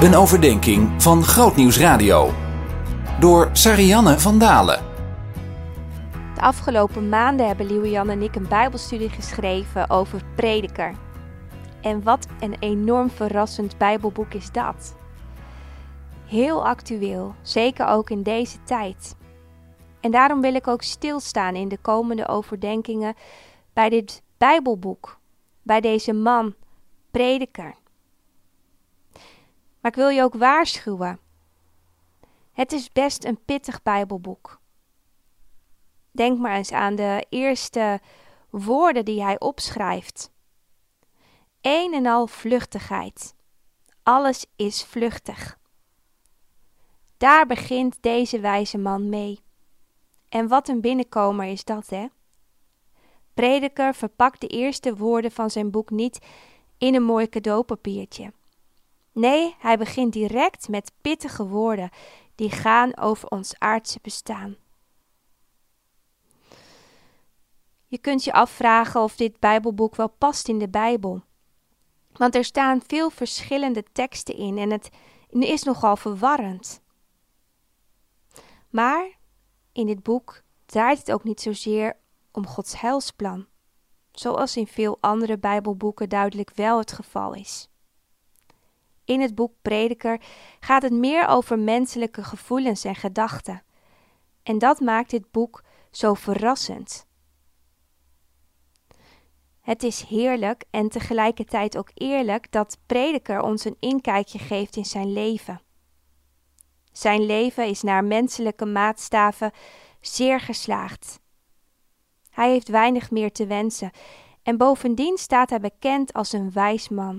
Een overdenking van Grootnieuws Radio. Door Sarianne van Dalen. De afgelopen maanden hebben Liewe-Jan en ik een bijbelstudie geschreven over Prediker. En wat een enorm verrassend bijbelboek is dat. Heel actueel, zeker ook in deze tijd. En daarom wil ik ook stilstaan in de komende overdenkingen bij dit bijbelboek. Bij deze man, Prediker. Maar ik wil je ook waarschuwen. Het is best een pittig bijbelboek. Denk maar eens aan de eerste woorden die hij opschrijft. Een en al vluchtigheid. Alles is vluchtig. Daar begint deze wijze man mee. En wat een binnenkomer is dat, hè? Prediker verpakt de eerste woorden van zijn boek niet in een mooi cadeaupapiertje. Nee, hij begint direct met pittige woorden die gaan over ons aardse bestaan. Je kunt je afvragen of dit bijbelboek wel past in de Bijbel. Want er staan veel verschillende teksten in en het is nogal verwarrend. Maar in dit boek draait het ook niet zozeer om Gods heilsplan, zoals in veel andere Bijbelboeken duidelijk wel het geval is. In het boek Prediker gaat het meer over menselijke gevoelens en gedachten. En dat maakt dit boek zo verrassend. Het is heerlijk en tegelijkertijd ook eerlijk dat Prediker ons een inkijkje geeft in zijn leven. Zijn leven is naar menselijke maatstaven zeer geslaagd. Hij heeft weinig meer te wensen en bovendien staat hij bekend als een wijs man.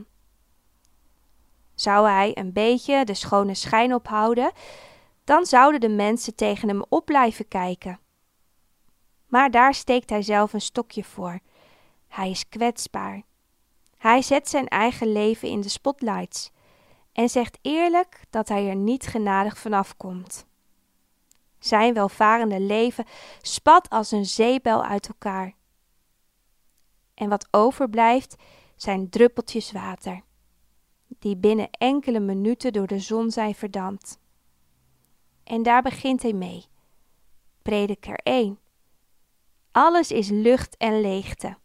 Zou hij een beetje de schone schijn ophouden, dan zouden de mensen tegen hem op blijven kijken. Maar daar steekt hij zelf een stokje voor. Hij is kwetsbaar. Hij zet zijn eigen leven in de spotlights en zegt eerlijk dat hij er niet genadig vanaf komt. Zijn welvarende leven spat als een zeepbel uit elkaar. En wat overblijft zijn druppeltjes water, die binnen enkele minuten door de zon zijn verdampt. En daar begint hij mee. Prediker 1. Alles is lucht en leegte.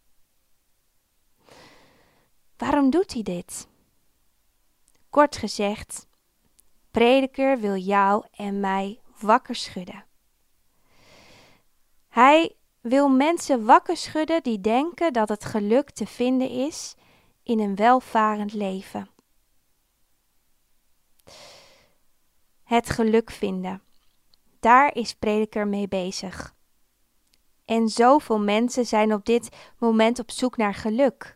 Waarom doet hij dit? Kort gezegd, Prediker wil jou en mij wakker schudden. Hij wil mensen wakker schudden die denken dat het geluk te vinden is in een welvarend leven. Het geluk vinden. Daar is Prediker mee bezig. En zoveel mensen zijn op dit moment op zoek naar geluk.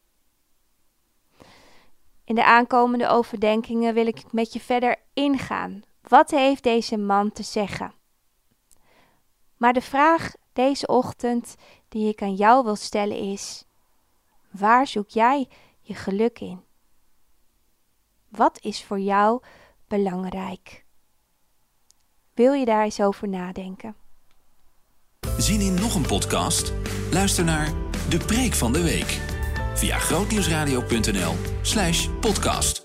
In de aankomende overdenkingen wil ik met je verder ingaan. Wat heeft deze man te zeggen? Maar de vraag deze ochtend die ik aan jou wil stellen is: waar zoek jij je geluk in? Wat is voor jou belangrijk? Wil je daar eens over nadenken? Zin in nog een podcast? Luister naar De Preek van de Week via grootnieuwsradio.nl/podcast.